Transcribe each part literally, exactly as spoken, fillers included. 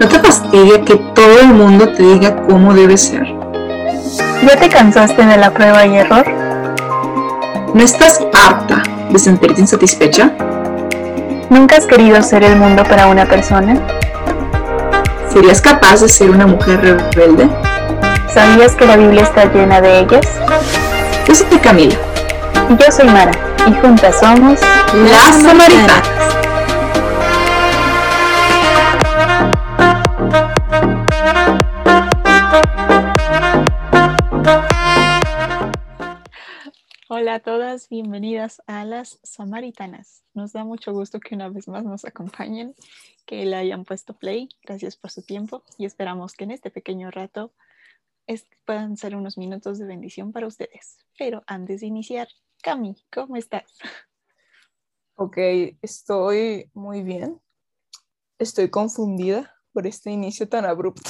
¿No te fastidia que todo el mundo te diga cómo debe ser? ¿Ya te cansaste de la prueba y error? ¿No estás harta de sentirte insatisfecha? ¿Nunca has querido ser el mundo para una persona? ¿Serías capaz de ser una mujer rebelde? ¿Sabías que la Biblia está llena de ellas? Yo soy Camila. Y yo soy Mara, y juntas somos Las Samaritanas. Hola a todas, bienvenidas a Las Samaritanas. Nos da mucho gusto que una vez más nos acompañen, que le hayan puesto play. Gracias por su tiempo y esperamos que en este pequeño rato es, puedan ser unos minutos de bendición para ustedes. Pero antes de iniciar, Cami, ¿cómo estás? Ok, estoy muy bien. Estoy confundida por este inicio tan abrupto.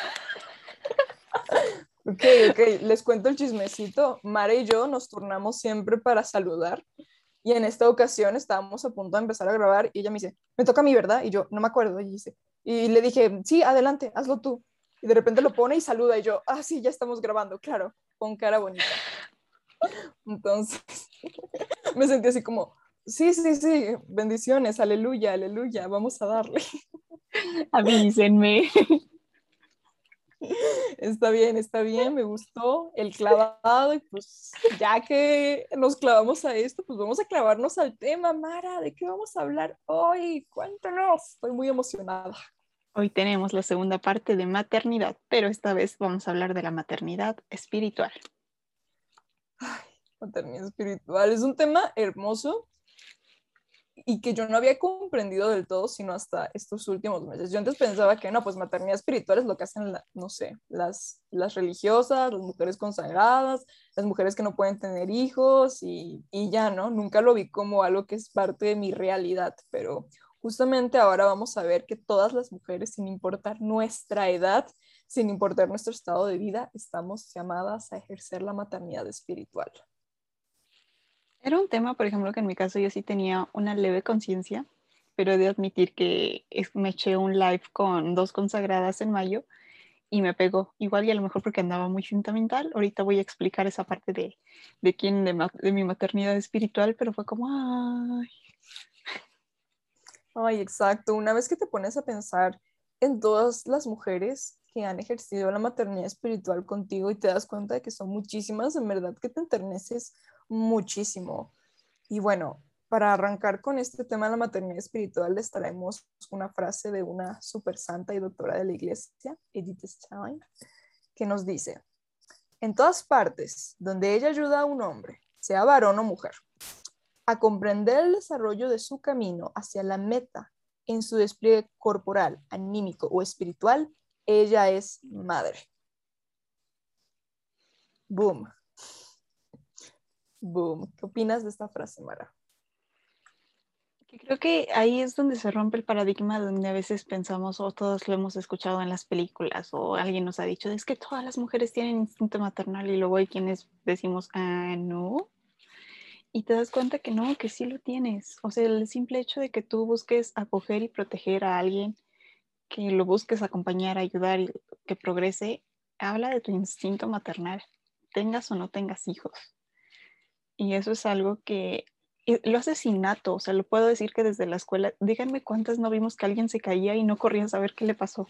Ok, ok, les cuento el chismecito. Mara y yo nos turnamos siempre para saludar y en esta ocasión estábamos a punto de empezar a grabar y ella me dice, me toca a mí, ¿verdad? Y yo, no me acuerdo, y dice, y le dije, sí, adelante, hazlo tú. Y de repente lo pone y saluda y yo, ah, sí, ya estamos grabando, claro, con cara bonita. Entonces, me sentí así como, sí, sí, sí, bendiciones, aleluya, aleluya, vamos a darle. Avísenme. Está bien, está bien, me gustó el clavado y pues ya que nos clavamos a esto, pues vamos a clavarnos al tema. Mara, ¿de qué vamos a hablar hoy? Cuéntanos, estoy muy emocionada. Hoy tenemos la segunda parte de maternidad, pero esta vez vamos a hablar de la maternidad espiritual. Ay, maternidad espiritual es un tema hermoso y que yo no había comprendido del todo, sino hasta estos últimos meses. Yo antes pensaba que no, pues maternidad espiritual es lo que hacen, la, no sé, las, las religiosas, las mujeres consagradas, las mujeres que no pueden tener hijos y, y ya, ¿no? Nunca lo vi como algo que es parte de mi realidad, pero justamente ahora vamos a ver que todas las mujeres, sin importar nuestra edad, sin importar nuestro estado de vida, estamos llamadas a ejercer la maternidad espiritual. Era un tema, por ejemplo, que en mi caso yo sí tenía una leve conciencia, pero he de admitir que es- me eché un live con dos consagradas en mayo y me pegó. Igual y a lo mejor porque andaba muy sentimental. Ahorita voy a explicar esa parte de, de quién, de, ma- de mi maternidad espiritual, pero fue como, ay, Ay, exacto. Una vez que te pones a pensar en todas las mujeres que han ejercido la maternidad espiritual contigo y te das cuenta de que son muchísimas, en verdad que te enterneces muchísimo. Y bueno, para arrancar con este tema de la maternidad espiritual, les traemos una frase de una super santa y doctora de la iglesia, Edith Stein, que nos dice, en todas partes donde ella ayuda a un hombre, sea varón o mujer, a comprender el desarrollo de su camino hacia la meta en su despliegue corporal, anímico o espiritual, ella es madre. Boom. Boom. ¿Qué opinas de esta frase, Mara? que creo que ahí es donde se rompe el paradigma donde a veces pensamos o todos lo hemos escuchado en las películas o alguien nos ha dicho, es que todas las mujeres tienen instinto maternal y luego hay quienes decimos, ah, no. Y te das cuenta que no, que sí lo tienes. O sea, el simple hecho de que tú busques acoger y proteger a alguien, que lo busques acompañar, ayudar y que progrese, habla de tu instinto maternal, tengas o no tengas hijos. Y eso es algo que lo haces innato. O sea, lo puedo decir que desde la escuela, díganme cuántas no vimos que alguien se caía y no corría a saber qué le pasó.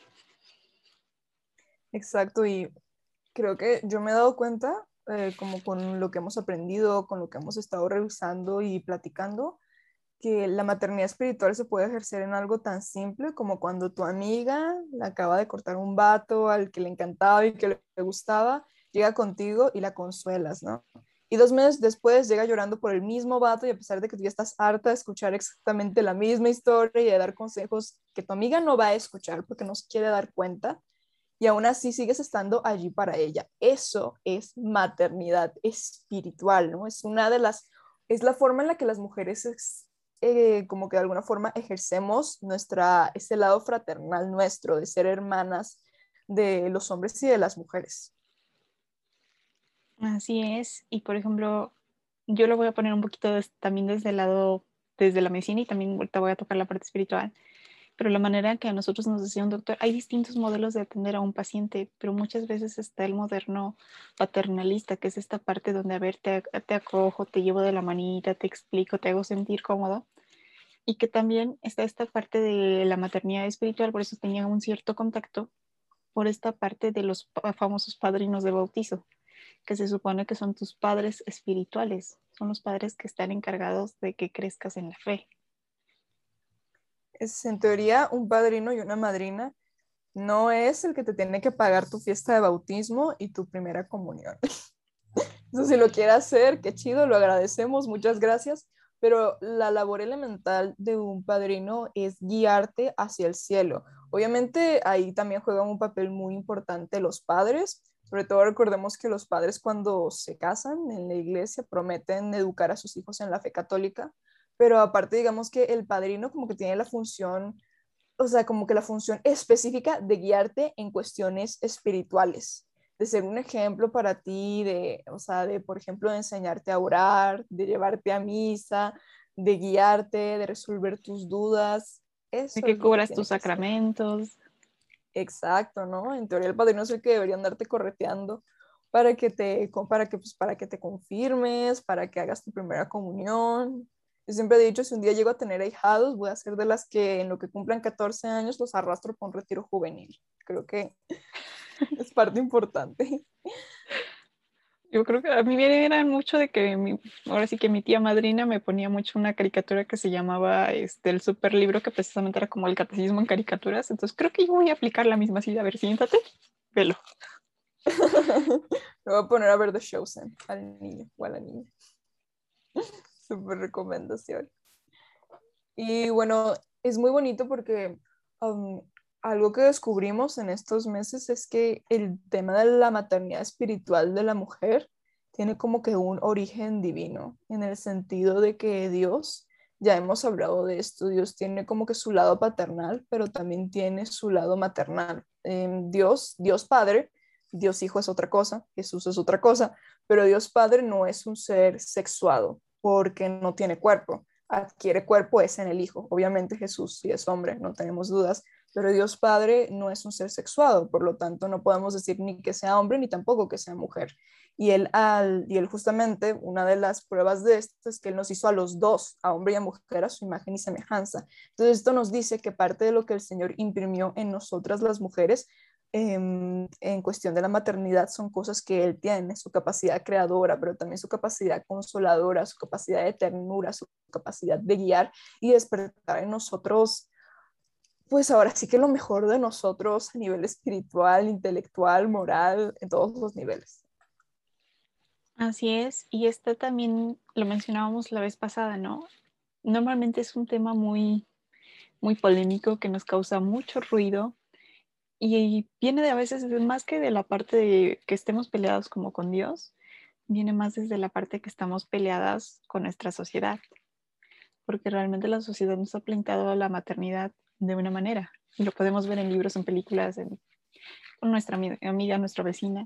Exacto, y creo que yo me he dado cuenta, eh, como con lo que hemos aprendido, con lo que hemos estado revisando y platicando, que la maternidad espiritual se puede ejercer en algo tan simple como cuando tu amiga le acaba de cortar un vato al que le encantaba y que le gustaba, llega contigo y la consuelas, ¿no? Y dos meses después llega llorando por el mismo vato y a pesar de que tú ya estás harta de escuchar exactamente la misma historia y de dar consejos que tu amiga no va a escuchar porque no se quiere dar cuenta, y aún así sigues estando allí para ella. Eso es maternidad espiritual, ¿no? Es una de las, es la forma en la que las mujeres es, eh, como que de alguna forma ejercemos nuestra, ese lado fraternal nuestro, de ser hermanas de los hombres y de las mujeres. Así es. Y por ejemplo, yo lo voy a poner un poquito des, también desde el lado, desde la medicina y también ahorita voy a tocar la parte espiritual. pero la manera que a nosotros nos decía un doctor, hay distintos modelos de atender a un paciente, pero muchas veces está el moderno paternalista, que es esta parte donde, a ver, te, te acojo, te llevo de la manita, te explico, te hago sentir cómodo, y que también está esta parte de la maternidad espiritual, por eso tenían un cierto contacto por esta parte de los famosos padrinos de bautizo, que se supone que son tus padres espirituales, son los padres que están encargados de que crezcas en la fe. Es, en teoría, un padrino y una madrina no es el que te tiene que pagar tu fiesta de bautismo y tu primera comunión. Eso si lo quiere hacer, qué chido, lo agradecemos, muchas gracias, pero la labor elemental de un padrino es guiarte hacia el cielo. Obviamente ahí también juegan un papel muy importante los padres, sobre todo recordemos que los padres cuando se casan en la iglesia prometen educar a sus hijos en la fe católica, pero aparte digamos que el padrino como que tiene la función, o sea, como que la función específica de guiarte en cuestiones espirituales, de ser un ejemplo para ti, de, o sea, de, por ejemplo, de enseñarte a orar, de llevarte a misa, de guiarte, de resolver tus dudas. De Eso que es lo que cubras tus tiene que ser. sacramentos. Exacto, ¿no? En teoría el padrino es el que debería andarte correteando para que te, para que, pues, para que te confirmes, para que hagas tu primera comunión. Yo siempre he dicho, si un día llego a tener ahijados, voy a ser de las que en lo que cumplan catorce años los arrastro para un retiro juvenil. Creo que es parte importante. Yo creo que a mí me era mucho de que mi, ahora sí que mi tía madrina me ponía mucho una caricatura que se llamaba este, el super libro, que precisamente era como el catecismo en caricaturas. Entonces creo que yo voy a aplicar la misma así. A ver, siéntate, velo. Me voy a poner a ver The Chosen al niño o a la niña. Súper recomendación. Y bueno, es muy bonito porque um, algo que descubrimos en estos meses es que el tema de la maternidad espiritual de la mujer tiene como que un origen divino, en el sentido de que Dios, ya hemos hablado de esto, Dios tiene como que su lado paternal, pero también tiene su lado maternal. Em, Dios, Dios Padre, Dios Hijo es otra cosa, Jesús es otra cosa, pero Dios Padre no es un ser sexuado porque no tiene cuerpo, adquiere cuerpo es en el Hijo. Obviamente Jesús sí es hombre, no tenemos dudas, pero Dios Padre no es un ser sexuado, por lo tanto no podemos decir ni que sea hombre ni tampoco que sea mujer. Y él, al, y él justamente, una de las pruebas de esto es que él nos hizo a los dos, a hombre y a mujer, a su imagen y semejanza. Entonces esto nos dice que parte de lo que el Señor imprimió en nosotras las mujeres en, en cuestión de la maternidad son cosas que él tiene, su capacidad creadora, pero también su capacidad consoladora, su capacidad de ternura, su capacidad de guiar y despertar en nosotros, pues ahora sí que lo mejor de nosotros a nivel espiritual, intelectual, moral, en todos los niveles. Así es, y este también lo mencionábamos la vez pasada, ¿no? Normalmente es un tema muy, muy polémico que nos causa mucho ruido y viene de a veces de- más que de la parte de que estemos peleados como con Dios, viene más desde la parte que estamos peleadas con nuestra sociedad, porque realmente la sociedad nos ha planteado la maternidad de una manera, y lo podemos ver en libros, en películas, en, con nuestra ami- amiga, nuestra vecina.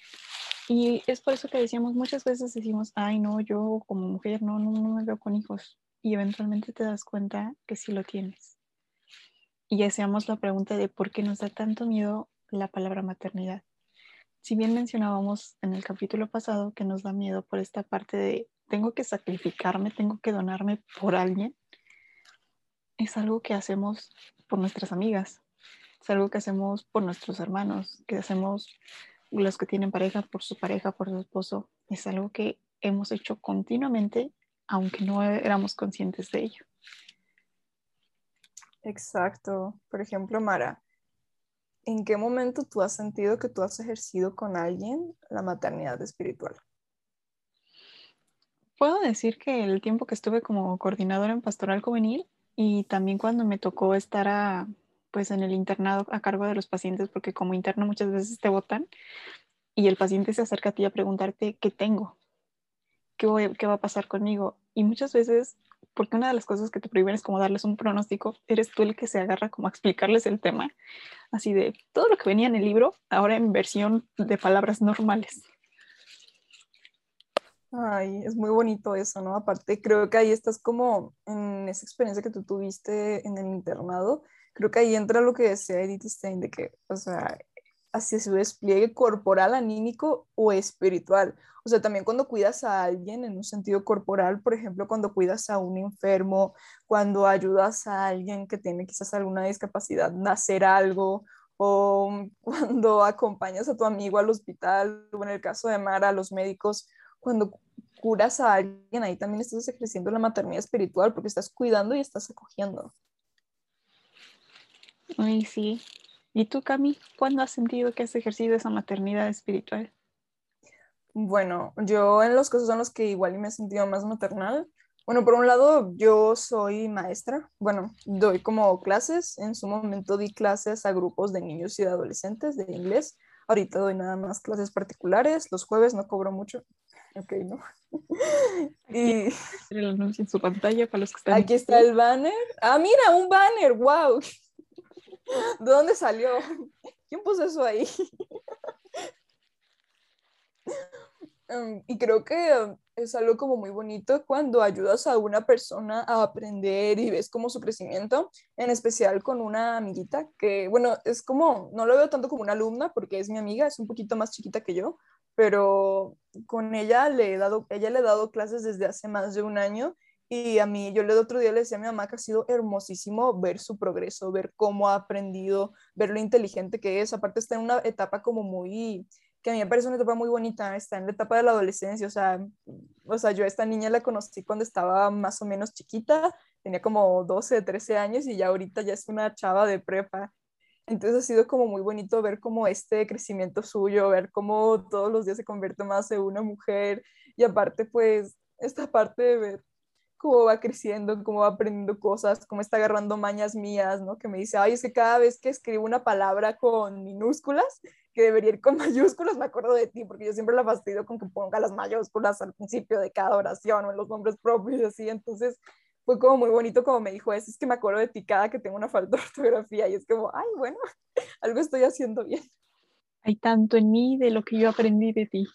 Y es por eso que decíamos, muchas veces decimos, ay, no, yo como mujer no, no, no me veo con hijos. Y eventualmente te das cuenta que sí lo tienes. Y hacíamos la pregunta de por qué nos da tanto miedo la palabra maternidad. Si bien mencionábamos en el capítulo pasado que nos da miedo por esta parte de tengo que sacrificarme, tengo que donarme por alguien, es algo que hacemos por nuestras amigas, es algo que hacemos por nuestros hermanos, que hacemos los que tienen pareja por su pareja, por su esposo. Es algo que hemos hecho continuamente, aunque no éramos conscientes de ello. Exacto. Por ejemplo, Mara, ¿en qué momento tú has sentido que tú has ejercido con alguien la maternidad espiritual? Puedo decir que el tiempo que estuve como coordinadora en pastoral juvenil y también cuando me tocó estar a, pues en el internado a cargo de los pacientes, porque como interno muchas veces te botan y el paciente se acerca a ti a preguntarte qué tengo, qué, voy, qué va a pasar conmigo. Y muchas veces, porque una de las cosas que te prohíben es como darles un pronóstico, eres tú el que se agarra como a explicarles el tema, así de todo lo que venía en el libro, ahora en versión de palabras normales. Ay, es muy bonito eso, ¿no? Aparte, creo que ahí estás como en esa experiencia que tú tuviste en el internado, creo que ahí entra lo que decía Edith Stein, de que, o sea, hacia su despliegue corporal, anímico o espiritual. O sea, también cuando cuidas a alguien en un sentido corporal, por ejemplo, cuando cuidas a un enfermo, cuando ayudas a alguien que tiene quizás alguna discapacidad a hacer algo, o cuando acompañas a tu amigo al hospital, o en el caso de Mara, a los médicos, cuando curas a alguien, ahí también estás ejerciendo la maternidad espiritual porque estás cuidando y estás acogiendo. Ay, sí. ¿Y tú, Cami, cuándo has sentido que has ejercido esa maternidad espiritual? Bueno, yo en los casos en los que igual me he sentido más maternal, bueno, por un lado yo soy maestra, bueno, doy como clases, en su momento di clases a grupos de niños y de adolescentes de inglés, ahorita doy nada más clases particulares, los jueves no cobro mucho, ok, ¿no? Aquí Y el anuncio en su pantalla para los que están en aquí está YouTube. el banner, ah, mira, un banner, wow, ¿de dónde salió? ¿Quién puso eso ahí? Um, y creo que um, es algo como muy bonito cuando ayudas a una persona a aprender y ves como su crecimiento, en especial con una amiguita que, bueno, es como, no lo veo tanto como una alumna porque es mi amiga, es un poquito más chiquita que yo, pero con ella le he dado, ella le he dado clases desde hace más de un año y a mí, yo le otro día le decía a mi mamá que ha sido hermosísimo ver su progreso, ver cómo ha aprendido, ver lo inteligente que es, aparte está en una etapa como muy que a mí me parece una etapa muy bonita, está en la etapa de la adolescencia, o sea, o sea, yo a esta niña la conocí cuando estaba más o menos chiquita, tenía como doce trece años y ya ahorita ya es una chava de prepa. Entonces ha sido como muy bonito ver como este crecimiento suyo, ver cómo todos los días se convierte más en una mujer y aparte pues esta parte de ver cómo va creciendo, cómo va aprendiendo cosas, cómo está agarrando mañas mías, ¿no? Que me dice, ay, es que cada vez que escribo una palabra con minúsculas, que debería ir con mayúsculas, me acuerdo de ti, porque yo siempre la fastidio con que ponga las mayúsculas al principio de cada oración o en los nombres propios y así, entonces fue como muy bonito como me dijo eso, es que me acuerdo de ti cada que tengo una falta de ortografía y es como, ay, bueno, algo estoy haciendo bien. Hay tanto en mí de lo que yo aprendí de ti.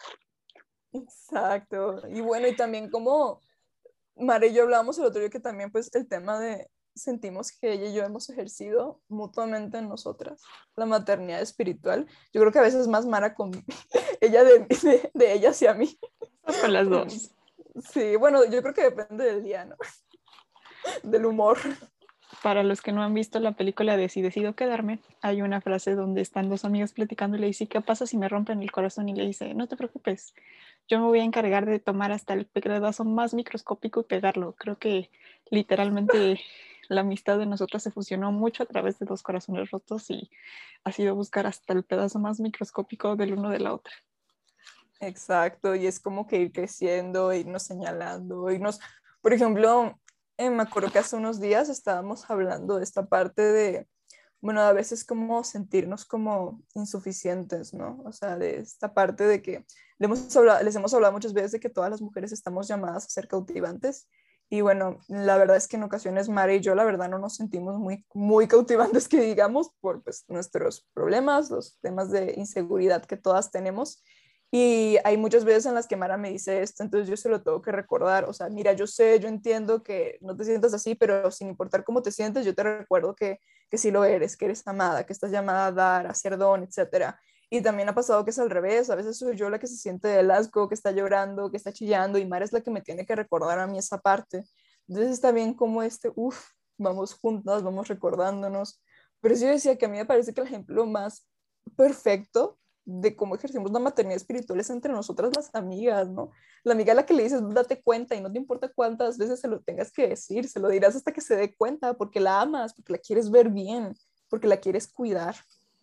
Exacto. Y bueno, y también como Mara y yo hablábamos el otro día que también pues el tema de sentimos que ella y yo hemos ejercido mutuamente en nosotras la maternidad espiritual. Yo creo que a veces más Mara con ella de, de, de ella hacia mí. Con las dos. Sí, bueno, yo creo que depende del día, ¿no? Del humor. Para los que no han visto la película de Si decido quedarme, hay una frase donde están dos amigas platicando y le dice, ¿qué pasa si me rompen el corazón? Y le dice, no te preocupes, yo me voy a encargar de tomar hasta el pedazo más microscópico y pegarlo. Creo que literalmente la amistad de nosotras se fusionó mucho a través de dos corazones rotos y ha sido buscar hasta el pedazo más microscópico del uno de la otra. Exacto, y es como que ir creciendo, irnos señalando, irnos, por ejemplo, eh, me acuerdo que hace unos días estábamos hablando de esta parte de, bueno, a veces como sentirnos como insuficientes, ¿no? O sea, de esta parte de que le hemos hablado, les hemos hablado muchas veces de que todas las mujeres estamos llamadas a ser cautivantes. Y bueno, la verdad es que en ocasiones Mara y yo, la verdad, no nos sentimos muy, muy cautivantes, que digamos, por pues, nuestros problemas, los temas de inseguridad que todas tenemos. Y hay muchas veces en las que Mara me dice esto, entonces yo se lo tengo que recordar. O sea, mira, yo sé, yo entiendo que no te sientas así, pero sin importar cómo te sientes, yo te recuerdo que, que sí lo eres, que eres amada, que estás llamada a dar, a ser don, etcétera. Y también ha pasado que es al revés, a veces soy yo la que se siente del asco, que está llorando, que está chillando, y Mara es la que me tiene que recordar a mí esa parte. Entonces está bien como este, uff, vamos juntas, vamos recordándonos. Pero sí yo decía que a mí me parece que el ejemplo más perfecto de cómo ejercemos la maternidad espiritual es entre nosotras las amigas, ¿no? La amiga a la que le dices, date cuenta y no te importa cuántas veces se lo tengas que decir, se lo dirás hasta que se dé cuenta, porque la amas, porque la quieres ver bien, porque la quieres cuidar.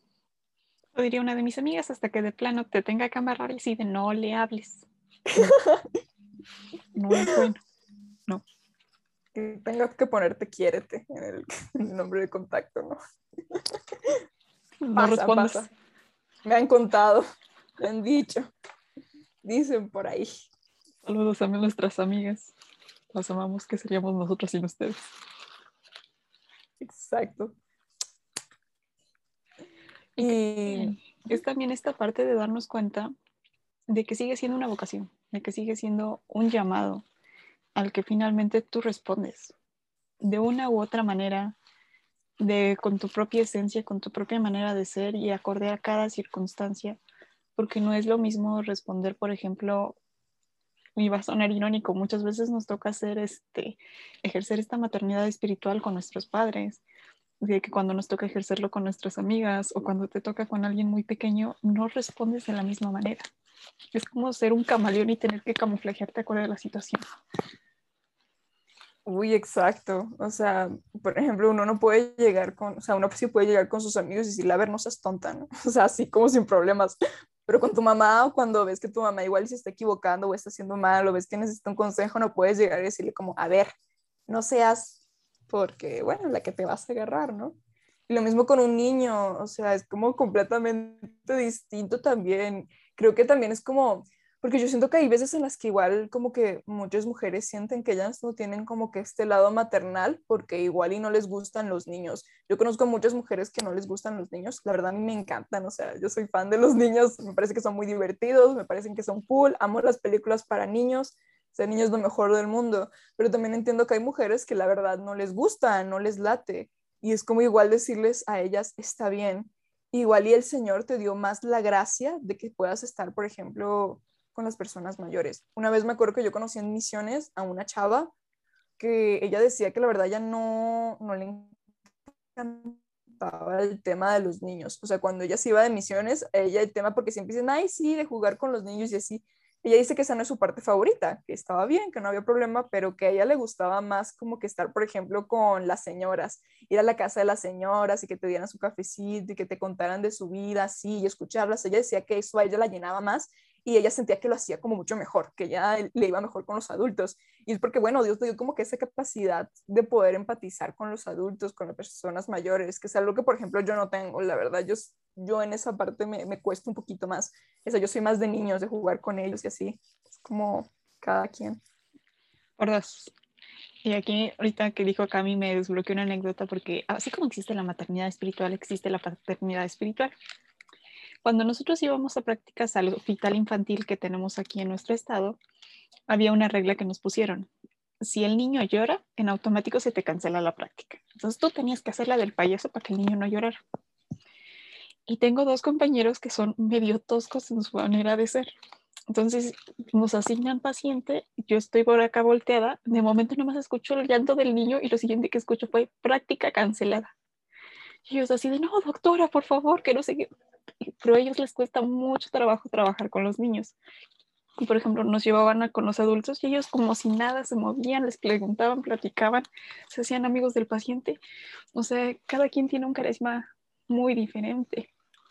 Lo diría una de mis amigas hasta que de plano te tenga que amarrar y si de no le hables. No, no es bueno, no. Que tengas que ponerte quiérete en el, en el nombre de contacto, ¿no? No Pasa, respondes. pasa. Me han contado, me han dicho, dicen por ahí. Saludos a nuestras amigas. Las amamos, que seríamos nosotros sin ustedes. Exacto. Y Y es también esta parte de darnos cuenta de que sigue siendo una vocación, de que sigue siendo un llamado al que finalmente tú respondes. De una u otra manera, de con tu propia esencia, con tu propia manera de ser y acorde a cada circunstancia, porque no es lo mismo responder, por ejemplo, y va a sonar irónico, muchas veces nos toca hacer este, ejercer esta maternidad espiritual con nuestros padres, de que cuando nos toca ejercerlo con nuestras amigas o cuando te toca con alguien muy pequeño, no respondes de la misma manera. Es como ser un camaleón y tener que camuflajearte acorde a la situación. Uy, exacto. O sea, por ejemplo, uno no puede llegar con, o sea, uno sí puede llegar con sus amigos y decirle, a ver, no seas tonta, ¿no? O sea, así como sin problemas. Pero con tu mamá o cuando ves que tu mamá igual se está equivocando o está haciendo mal o ves que necesita un consejo, no puedes llegar y decirle como, a ver, no seas, porque, bueno, la que te vas a agarrar, ¿no? Y lo mismo con un niño, o sea, es como completamente distinto también. Creo que también es como porque yo siento que hay veces en las que igual como que muchas mujeres sienten que ellas no tienen como que este lado maternal porque igual y no les gustan los niños. Yo conozco muchas mujeres que no les gustan los niños, la verdad a mí me encantan, o sea, yo soy fan de los niños, me parece que son muy divertidos, me parecen que son cool, amo las películas para niños, ser niño es lo mejor del mundo, pero también entiendo que hay mujeres que la verdad no les gusta, no les late y es como igual decirles a ellas, está bien. Igual y el Señor te dio más la gracia de que puedas estar, por ejemplo, con las personas mayores. Una vez me acuerdo que yo conocí en misiones a una chava que ella decía que la verdad ya no, no le encantaba el tema de los niños. O sea, cuando ella se iba de misiones, ella el tema, porque siempre dicen, ay, sí, de jugar con los niños y así. Ella dice que esa no es su parte favorita, que estaba bien, que no había problema, pero que a ella le gustaba más como que estar, por ejemplo, con las señoras, ir a la casa de las señoras y que te dieran su cafecito y que te contaran de su vida, así, y escucharlas. Ella decía que eso a ella la llenaba más y ella sentía que lo hacía como mucho mejor, que ella le iba mejor con los adultos. Y es porque, bueno, Dios te dio como que esa capacidad de poder empatizar con los adultos, con las personas mayores, que es algo que, por ejemplo, yo no tengo, la verdad, yo, yo en esa parte me, me cuesta un poquito más. O sea, yo soy más de niños, de jugar con ellos y así. Es como cada quien. Por dos. Y aquí, ahorita que dijo Cami, me desbloqueó una anécdota porque así como existe la maternidad espiritual, existe la paternidad espiritual. Cuando nosotros íbamos a prácticas al hospital infantil que tenemos aquí en nuestro estado, había una regla que nos pusieron. Si el niño llora, en automático se te cancela la práctica. Entonces tú tenías que hacer la del payaso para que el niño no llorara. Y tengo dos compañeros que son medio toscos en su manera de ser. Entonces nos asignan paciente, yo estoy por acá volteada, de momento nomás escucho el llanto del niño y lo siguiente que escucho fue práctica cancelada. Y ellos así de, no, doctora, por favor, que no sé qué. Pero a ellos les cuesta mucho trabajo trabajar con los niños. Y por ejemplo, nos llevaban a, con los adultos y ellos como si nada se movían, les preguntaban, platicaban, se hacían amigos del paciente. O sea, cada quien tiene un carisma muy diferente.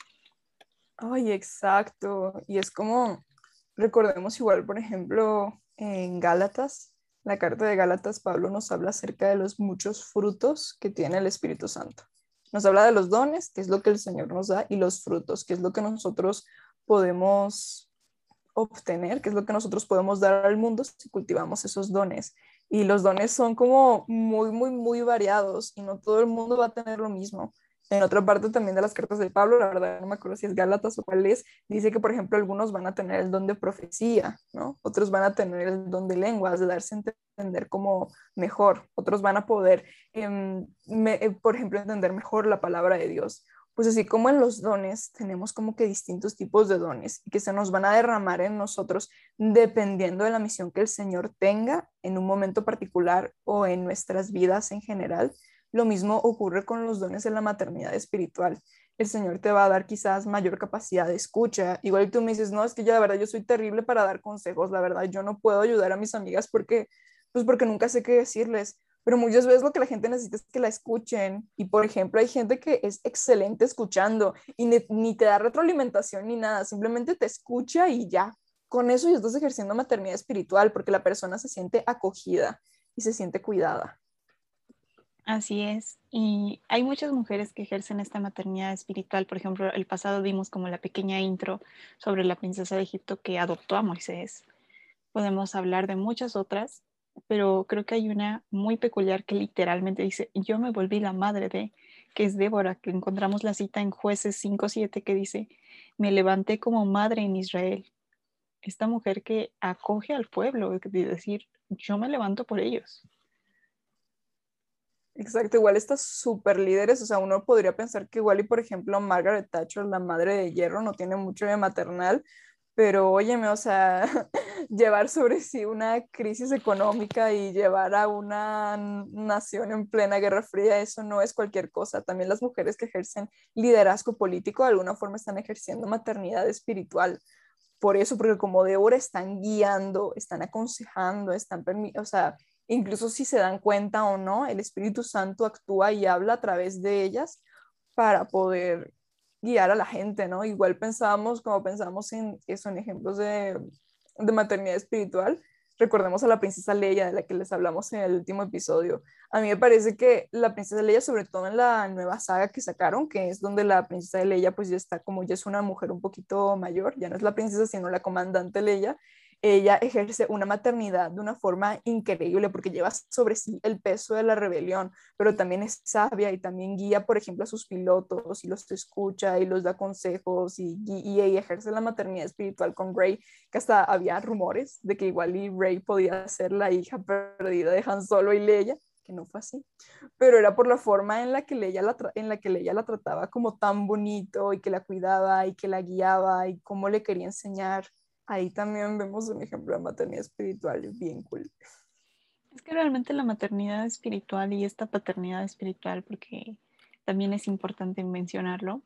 Ay, exacto. Y es como, recordemos igual, por ejemplo, en Gálatas, la carta de Gálatas, Pablo nos habla acerca de los muchos frutos que tiene el Espíritu Santo. Nos habla de los dones, que es lo que el Señor nos da, y los frutos, que es lo que nosotros podemos obtener, que es lo que nosotros podemos dar al mundo si cultivamos esos dones. Y los dones son como muy, muy, muy variados y no todo el mundo va a tener lo mismo. En otra parte también de las cartas de Pablo, la verdad no me acuerdo si es Gálatas o cuál es, dice que, por ejemplo, algunos van a tener el don de profecía, ¿no? Otros van a tener el don de lenguas, de darse a entender como mejor. Otros van a poder, eh, me, eh, por ejemplo, entender mejor la palabra de Dios. Pues así como en los dones tenemos como que distintos tipos de dones y que se nos van a derramar en nosotros dependiendo de la misión que el Señor tenga en un momento particular o en nuestras vidas en general. Lo mismo ocurre con los dones de la maternidad espiritual. El Señor te va a dar quizás mayor capacidad de escucha. Igual tú me dices, no, es que yo la verdad yo soy terrible para dar consejos, la verdad yo no puedo ayudar a mis amigas porque, pues porque nunca sé qué decirles, pero muchas veces lo que la gente necesita es que la escuchen. Y por ejemplo, hay gente que es excelente escuchando y ni, ni te da retroalimentación ni nada, simplemente te escucha y ya. Con eso ya estás ejerciendo maternidad espiritual porque la persona se siente acogida y se siente cuidada. Así es. Y hay muchas mujeres que ejercen esta maternidad espiritual. Por ejemplo, el pasado vimos como la pequeña intro sobre la princesa de Egipto que adoptó a Moisés. Podemos hablar de muchas otras, pero creo que hay una muy peculiar que literalmente dice, yo me volví la madre de, que es Débora, que encontramos la cita en Jueces cinco siete que dice, me levanté como madre en Israel. Esta mujer que acoge al pueblo, es decir, yo me levanto por ellos. Exacto, igual estas super líderes, o sea, uno podría pensar que igual y por ejemplo Margaret Thatcher, la madre de hierro, no tiene mucho de maternal, pero óyeme, o sea, llevar sobre sí una crisis económica y llevar a una n- nación en plena Guerra Fría, eso no es cualquier cosa. También las mujeres que ejercen liderazgo político de alguna forma están ejerciendo maternidad espiritual. Por eso, porque como Débora están guiando, están aconsejando, están, permi- o sea, incluso si se dan cuenta o no, el Espíritu Santo actúa y habla a través de ellas para poder guiar a la gente, ¿no? Igual pensábamos, como pensamos en eso, en ejemplos de, de maternidad espiritual, recordemos a la princesa Leia, de la que les hablamos en el último episodio. A mí me parece que la princesa Leia, sobre todo en la nueva saga que sacaron, que es donde la princesa Leia pues ya está como ya es una mujer un poquito mayor, ya no es la princesa, sino la comandante Leia, ella ejerce una maternidad de una forma increíble porque lleva sobre sí el peso de la rebelión, pero también es sabia y también guía, por ejemplo, a sus pilotos y los escucha y los da consejos y, y, y ejerce la maternidad espiritual con Rey, que hasta había rumores de que igual y Rey podía ser la hija perdida de Han Solo y Leia, que no fue así, pero era por la forma en la que Leia la, en la que Leia la trataba como tan bonito y que la cuidaba y que la guiaba y cómo le quería enseñar. Ahí también vemos un ejemplo de maternidad espiritual bien cool. Es que realmente la maternidad espiritual y esta paternidad espiritual, porque también es importante mencionarlo,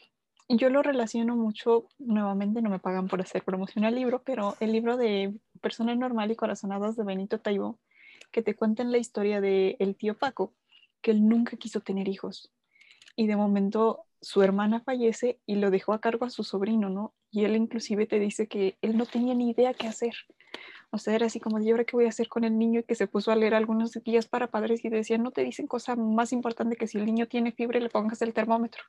yo lo relaciono mucho, nuevamente no me pagan por hacer promoción al libro, pero el libro de Persona Normal y Corazonadas de Benito Taibo, que te cuentan la historia de el tío Paco, que él nunca quiso tener hijos. Y de momento su hermana fallece y lo dejó a cargo a su sobrino, ¿no? Y él inclusive te dice que él no tenía ni idea qué hacer. O sea, era así como, ¿y ahora qué voy a hacer con el niño? Y que se puso a leer algunos guías para padres y decían, no te dicen cosa más importante que si el niño tiene fiebre le pongas el termómetro.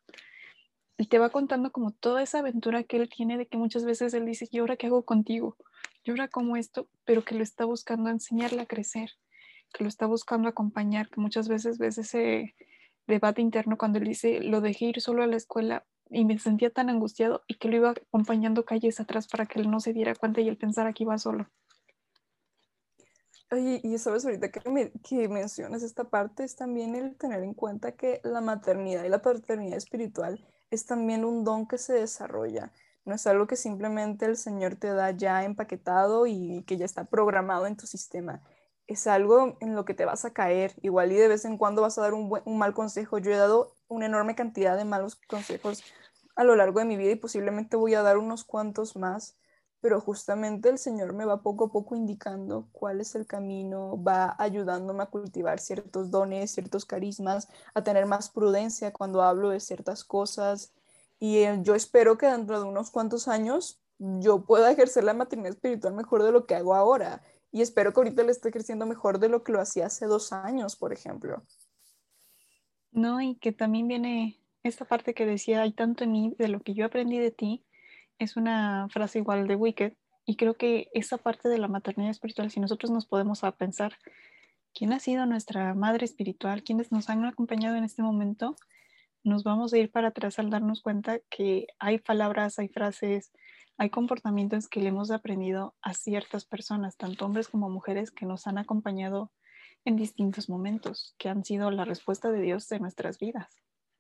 Y te va contando como toda esa aventura que él tiene de que muchas veces él dice, ¿y ahora qué hago contigo? ¿Y ahora como esto? Pero que lo está buscando enseñarle a crecer, que lo está buscando acompañar, que muchas veces ves ese debate interno cuando él dice, lo dejé ir solo a la escuela y me sentía tan angustiado y que lo iba acompañando calles atrás para que él no se diera cuenta y él pensara que iba solo. Oye, y sabes, ahorita que, me, que mencionas esta parte, es también el tener en cuenta que la maternidad y la paternidad espiritual es también un don que se desarrolla. No es algo que simplemente el Señor te da ya empaquetado y que ya está programado en tu sistema. Es algo en lo que te vas a caer. Igual y de vez en cuando vas a dar un, buen- un mal consejo. Yo he dado una enorme cantidad de malos consejos a lo largo de mi vida y posiblemente voy a dar unos cuantos más, pero justamente el Señor me va poco a poco indicando cuál es el camino, va ayudándome a cultivar ciertos dones, ciertos carismas, a tener más prudencia cuando hablo de ciertas cosas. Y eh, yo espero que dentro de unos cuantos años yo pueda ejercer la maternidad espiritual mejor de lo que hago ahora. Y espero que ahorita lo esté ejerciendo mejor de lo que lo hacía hace dos años, por ejemplo. No, y que también viene esta parte que decía, hay tanto en mí de lo que yo aprendí de ti, es una frase igual de Wicked, y creo que esa parte de la maternidad espiritual, si nosotros nos podemos a pensar quién ha sido nuestra madre espiritual, quiénes nos han acompañado en este momento, nos vamos a ir para atrás al darnos cuenta que hay palabras, hay frases, hay comportamientos que le hemos aprendido a ciertas personas, tanto hombres como mujeres, que nos han acompañado en distintos momentos, que han sido la respuesta de Dios de nuestras vidas.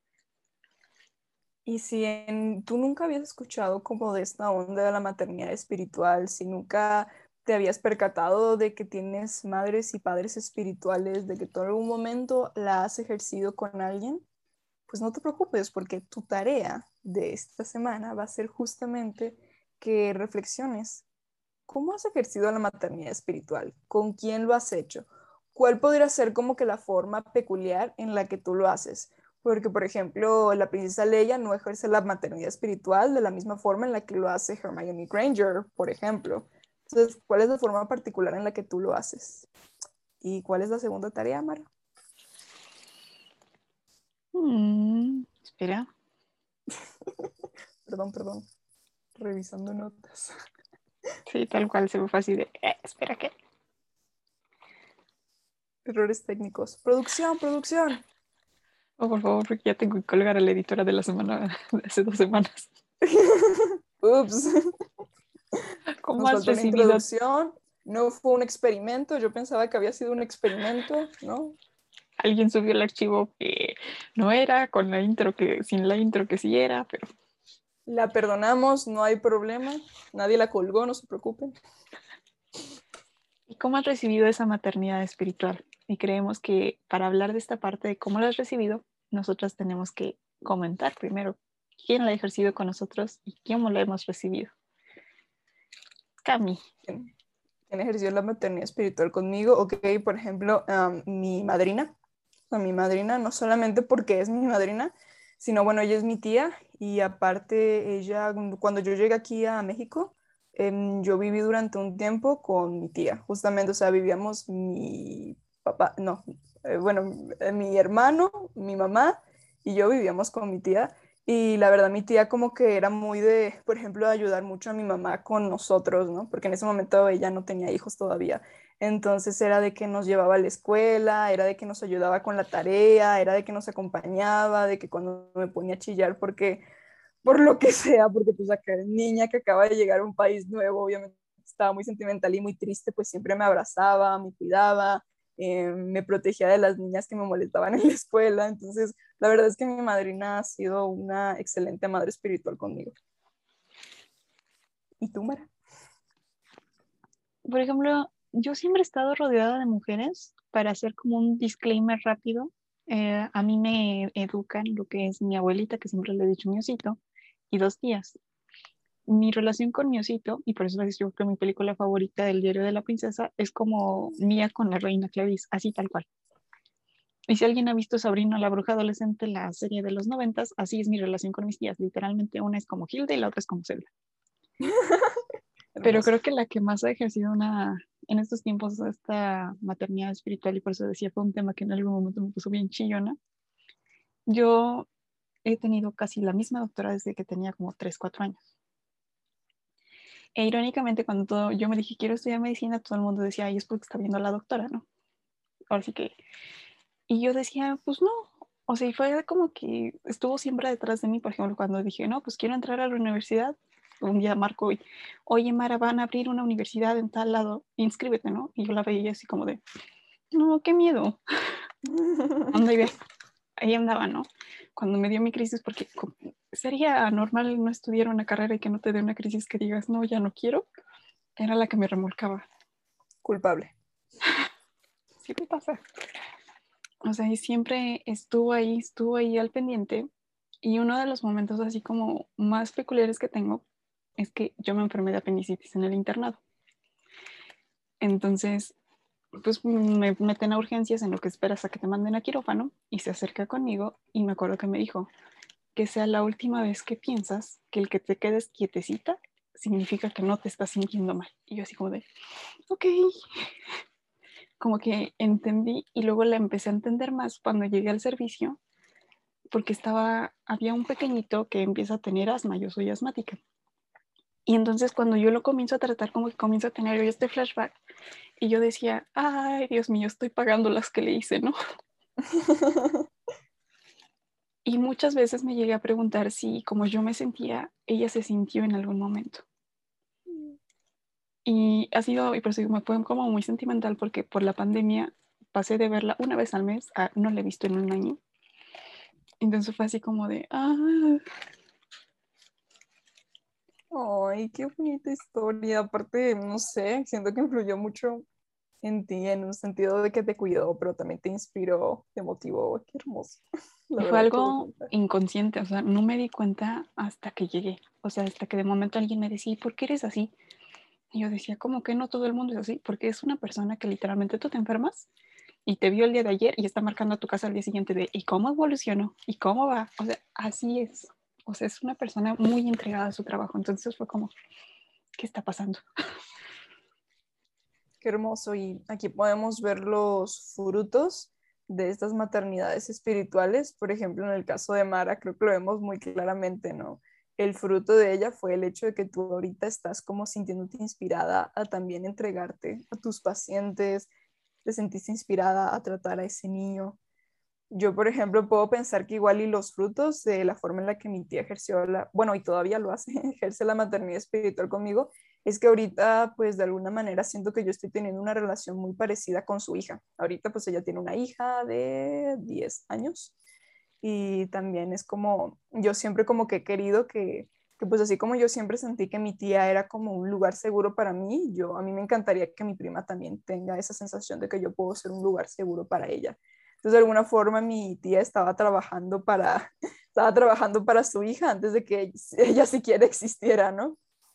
Y si en- tú nunca habías escuchado como de esta onda de la maternidad espiritual, si nunca te habías percatado de que tienes madres y padres espirituales, de que tú en algún momento la has ejercido con alguien, pues no te preocupes porque tu tarea de esta semana va a ser justamente que reflexiones. ¿Cómo has ejercido la maternidad espiritual? ¿Con quién lo has hecho? ¿Cuál podría ser como que la forma peculiar en la que tú lo haces? Porque, por ejemplo, la princesa Leia no ejerce la maternidad espiritual de la misma forma en la que lo hace Hermione Granger, por ejemplo. Entonces, ¿cuál es la forma particular en la que tú lo haces? ¿Y cuál es la segunda tarea, Mara? Hmm, espera. Perdón, perdón. Revisando notas. Sí, tal cual se me fue así de, eh, espera, ¿qué? Errores técnicos. Producción, producción. Oh, por favor, porque ya tengo que colgar a la editora de la semana, de hace dos semanas. Ups. ¿Cómo Nos has faltó una recibido? introducción. No fue un experimento. Yo pensaba que había sido un experimento, ¿no? alguien subió el archivo que no era, con la intro que, sin la intro que sí era, pero La perdonamos, no hay problema. Nadie la colgó, no se preocupen. ¿y cómo has recibido esa maternidad espiritual? Y creemos que para hablar de esta parte de cómo la has recibido, nosotras tenemos que comentar primero quién la ha ejercido con nosotros y cómo la hemos recibido. Cami. ¿Quién, quién ejerció la maternidad espiritual conmigo? Ok, por ejemplo, um, mi madrina. O sea, mi madrina, no solamente porque es mi madrina, sino bueno, ella es mi tía y aparte ella, cuando yo llegué aquí a México, em, yo viví durante un tiempo con mi tía, justamente, o sea, vivíamos mi papá, no, eh, bueno, eh, mi hermano, mi mamá y yo vivíamos con mi tía. Y la verdad, mi tía como que era muy de, por ejemplo, de ayudar mucho a mi mamá con nosotros, ¿no? Porque en ese momento ella no tenía hijos todavía. Entonces era de que nos llevaba a la escuela, era de que nos ayudaba con la tarea, era de que nos acompañaba, de que cuando me ponía a chillar porque, por lo que sea, porque pues acá niña que acaba de llegar a un país nuevo, obviamente estaba muy sentimental y muy triste, pues siempre me abrazaba, me cuidaba, eh, me protegía de las niñas que me molestaban en la escuela. Entonces, la verdad es que mi madrina ha sido una excelente madre espiritual conmigo. ¿Y tú, Mara? Por ejemplo, yo siempre he estado rodeada de mujeres para hacer como un disclaimer rápido. Eh, a mí me educan lo que es mi abuelita, que siempre le he dicho mi osito, y dos tías. Mi relación con mi osito, y por eso les digo que mi película favorita del Diario de la Princesa es como Mía con la reina Clarice, así tal cual. Y si alguien ha visto Sabrina la bruja adolescente, la serie de los noventas, así es mi relación con mis tías. Literalmente una es como Hilda y la otra es como Zelda. Pero Hermoso. creo que la que más ha ejercido una, en estos tiempos, esta maternidad espiritual, y por eso decía, fue un tema que en algún momento me puso bien chillona. Yo he tenido casi la misma doctora desde que tenía como tres cuatro años. E irónicamente, cuando todo, yo me dije, quiero estudiar medicina, todo el mundo decía, ay, es porque está viendo a la doctora, ¿no? Ahora sí que... Y yo decía, pues no. O sea, y fue como que estuvo siempre detrás de mí, por ejemplo, cuando dije, no, pues quiero entrar a la universidad. Un día Marco, y, oye, Mara, van a abrir una universidad en tal lado, inscríbete, ¿no? Y yo la veía así como de, no, qué miedo. Anda y ve. Ahí andaba, ¿no? Cuando me dio mi crisis, porque sería normal no estudiar una carrera y que no te dé una crisis que digas, no, ya no quiero, era la que me remolcaba. Culpable. Sí me pasa. O sea, y siempre estuvo ahí, estuvo ahí al pendiente. Y uno de los momentos así como más peculiares que tengo es que yo me enfermé de apendicitis en el internado. Entonces, pues me meten a urgencias en lo que esperas a que te manden a quirófano y se acerca conmigo y me acuerdo que me dijo que sea la última vez que piensas que el que te quedes quietecita significa que no te estás sintiendo mal. Y yo así como de, ok, como que entendí y luego la empecé a entender más cuando llegué al servicio porque estaba, había un pequeñito que empieza a tener asma, yo soy asmática. Y entonces cuando yo lo comienzo a tratar, como que comienzo a tener este flashback y yo decía, ay, Dios mío, estoy pagando las que le hice, ¿no? Y muchas veces me llegué a preguntar si, como yo me sentía, ella se sintió en algún momento. Y ha sido, y por eso me fue como muy sentimental porque por la pandemia pasé de verla una vez al mes a no la he visto en un año. Entonces fue así como de, ah, Ay, qué bonita historia. Aparte, no sé, siento que influyó mucho en ti en un sentido de que te cuidó, pero también te inspiró, te motivó. Qué hermoso. La y fue verdad, qué algo bonita. inconsciente, o sea, no me di cuenta hasta que llegué. O sea, hasta que de momento alguien me decía, ¿por qué eres así? Y yo decía, ¿cómo que no todo el mundo es así? Porque es una persona que literalmente tú te enfermas y te vio el día de ayer y está marcando a tu casa al día siguiente de ¿y cómo evolucionó? ¿Y cómo va? O sea, así es. O sea, es una persona muy entregada a su trabajo. Entonces fue como, ¿qué está pasando? Qué hermoso. Y aquí podemos ver los frutos de estas maternidades espirituales. Por ejemplo, en el caso de Mara, creo que lo vemos muy claramente, ¿no? El fruto de ella fue el hecho de que tú ahorita estás como sintiéndote inspirada a también entregarte a tus pacientes, te sentiste inspirada a tratar a ese niño. Yo, por ejemplo, puedo pensar que igual y los frutos de la forma en la que mi tía ejerció la, bueno, y todavía lo hace, ejerce la maternidad espiritual conmigo, es que ahorita, pues de alguna manera siento que yo estoy teniendo una relación muy parecida con su hija. Ahorita, pues ella tiene una hija de diez años y también es como, yo siempre como que he querido que, que pues así como yo siempre sentí que mi tía era como un lugar seguro para mí, yo a mí me encantaría que mi prima también tenga esa sensación de que yo puedo ser un lugar seguro para ella. Entonces, de alguna forma, mi tía estaba trabajando para, estaba trabajando para su hija antes de que ella siquiera existiera, ¿no?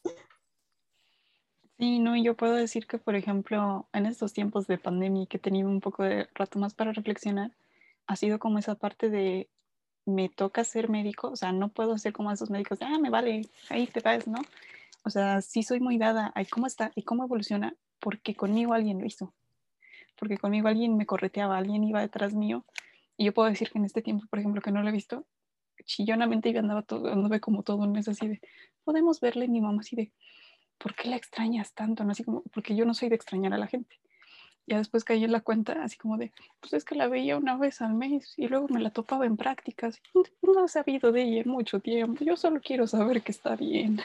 Sí, no, y yo puedo decir que, por ejemplo, en estos tiempos de pandemia y que he tenido un poco de rato más para reflexionar, ha sido como esa parte de me toca ser médico, o sea, no puedo ser como esos médicos de, ah, me vale, ahí te vas, ¿no? O sea, sí soy muy dada a cómo está y cómo evoluciona, porque conmigo alguien lo hizo, porque conmigo alguien me correteaba, alguien iba detrás mío, y yo puedo decir que en este tiempo, por ejemplo, que no lo he visto, chillonamente yo andaba todo, anduve como todo un mes así de, podemos verle, mi mamá así de, ¿por qué la extrañas tanto? ¿No? Así como, porque yo no soy de extrañar a la gente. Ya después caí en la cuenta, así como de, pues es que la veía una vez al mes y luego me la topaba en prácticas. No he sabido de ella en mucho tiempo. Yo solo quiero saber que está bien.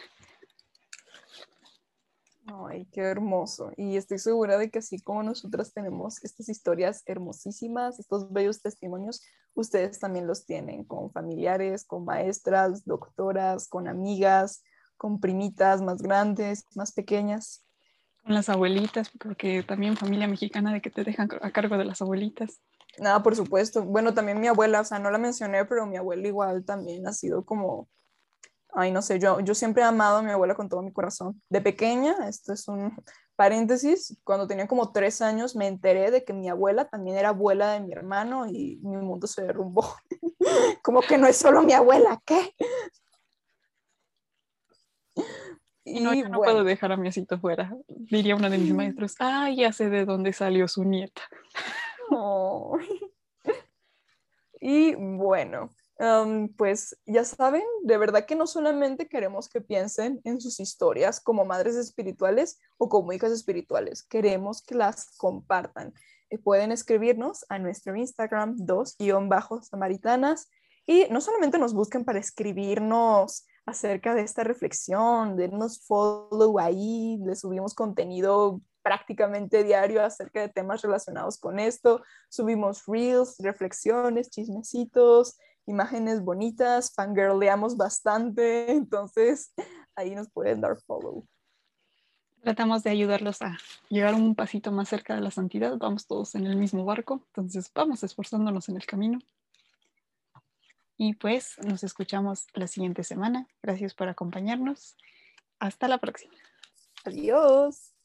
Ay, qué hermoso. Y estoy segura de que así como nosotras tenemos estas historias hermosísimas, estos bellos testimonios, ustedes también los tienen con familiares, con maestras, doctoras, con amigas, con primitas más grandes, más pequeñas. Con las abuelitas, porque también familia mexicana de que te dejan a cargo de las abuelitas. Nada, por supuesto. Bueno, también mi abuela, o sea, no la mencioné, pero mi abuela igual también ha sido como, ay, no sé, yo, yo siempre he amado a mi abuela con todo mi corazón. De pequeña, esto es un paréntesis, cuando tenía como tres años me enteré de que mi abuela también era abuela de mi hermano y mi mundo se derrumbó. Como que no es solo mi abuela, ¿qué? Y no, yo Y no puedo bueno, dejar a mi osito fuera. Diría uno de mis maestros, ay, ya sé de dónde salió su nieta. oh. Y bueno, um, pues ya saben, de verdad que no solamente queremos que piensen en sus historias como madres espirituales o como hijas espirituales, queremos que las compartan. Eh, pueden escribirnos a nuestro Instagram, dos-samaritanas, y no solamente nos busquen para escribirnos acerca de esta reflexión, dennos follow ahí, les subimos contenido prácticamente diario acerca de temas relacionados con esto. Subimos reels, reflexiones, chismecitos, imágenes bonitas, fangirleamos bastante, entonces ahí nos pueden dar follow. Tratamos de ayudarlos a llegar un pasito más cerca de la santidad. Vamos todos en el mismo barco, entonces vamos esforzándonos en el camino. Y pues nos escuchamos la siguiente semana. Gracias por acompañarnos. Hasta la próxima. Adiós.